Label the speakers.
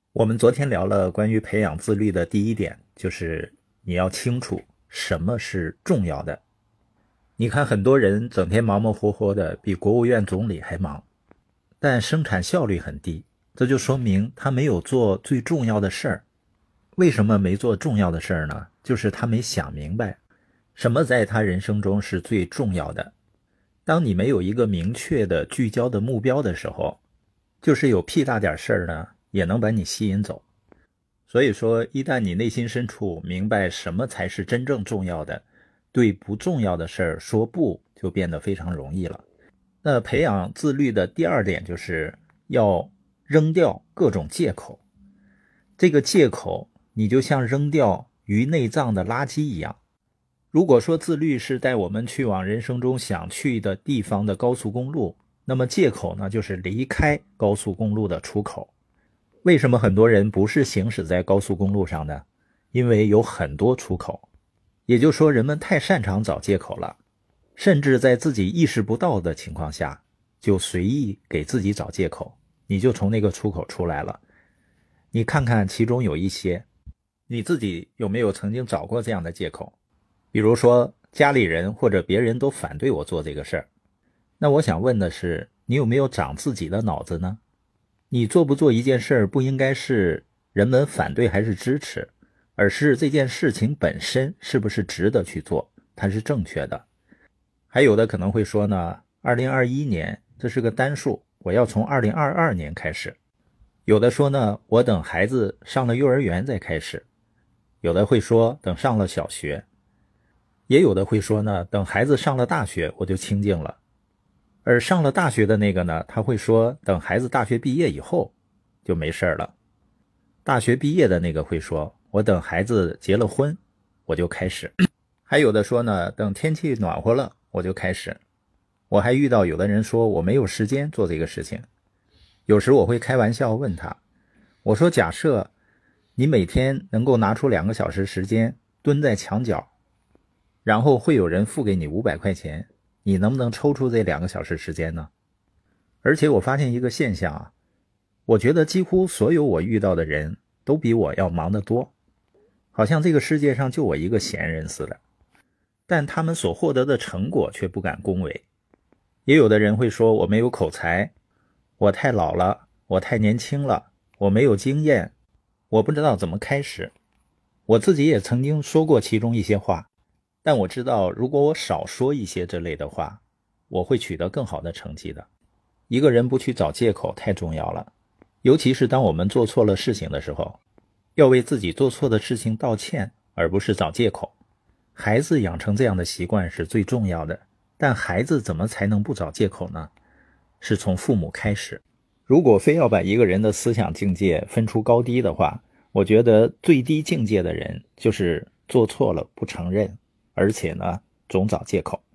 Speaker 1: 我们昨天聊了关于培养自律的第一点，就是你要清楚什么是重要的。你看很多人整天忙忙活活的，比国务院总理还忙，但生产效率很低，这就说明他没有做最重要的事儿。为什么没做重要的事儿呢？就是他没想明白什么在他人生中是最重要的。当你没有一个明确的聚焦的目标的时候，就是有屁大点事儿呢也能把你吸引走。所以说，一旦你内心深处明白什么才是真正重要的，对不重要的事儿说不就变得非常容易了。那培养自律的第二点就是要扔掉各种借口。这个借口你就像扔掉鱼内脏的垃圾一样。如果说自律是带我们去往人生中想去的地方的高速公路，那么借口呢，就是离开高速公路的出口。为什么很多人不是行驶在高速公路上呢？因为有很多出口。也就是说，人们太擅长找借口了，甚至在自己意识不到的情况下，就随意给自己找借口，你就从那个出口出来了。你看看其中有一些，你自己有没有曾经找过这样的借口？比如说，家里人或者别人都反对我做这个事儿。那我想问的是，你有没有长自己的脑子呢？你做不做一件事儿，不应该是人们反对还是支持，而是这件事情本身是不是值得去做，它是正确的。还有的可能会说呢，2021年这是个单数，我要从2022年开始。有的说呢，我等孩子上了幼儿园再开始。有的会说等上了小学。也有的会说呢，等孩子上了大学我就清静了。而上了大学的那个呢，他会说等孩子大学毕业以后就没事了。大学毕业的那个会说，我等孩子结了婚我就开始。还有的说呢，等天气暖和了我就开始。我还遇到有的人说我没有时间做这个事情。有时我会开玩笑问他，我说假设你每天能够拿出2个小时时间蹲在墙角，然后会有人付给你500块钱，你能不能抽出这2个小时时间呢？而且我发现一个现象啊，我觉得几乎所有我遇到的人都比我要忙得多，好像这个世界上就我一个闲人似的，但他们所获得的成果却不敢恭维。也有的人会说我没有口才，我太老了，我太年轻了，我没有经验，我不知道怎么开始。我自己也曾经说过其中一些话，但我知道如果我少说一些这类的话，我会取得更好的成绩的。一个人不去找借口太重要了，尤其是当我们做错了事情的时候，要为自己做错的事情道歉，而不是找借口。孩子养成这样的习惯是最重要的，但孩子怎么才能不找借口呢？是从父母开始。如果非要把一个人的思想境界分出高低的话，我觉得最低境界的人就是做错了不承认，而且呢总找借口。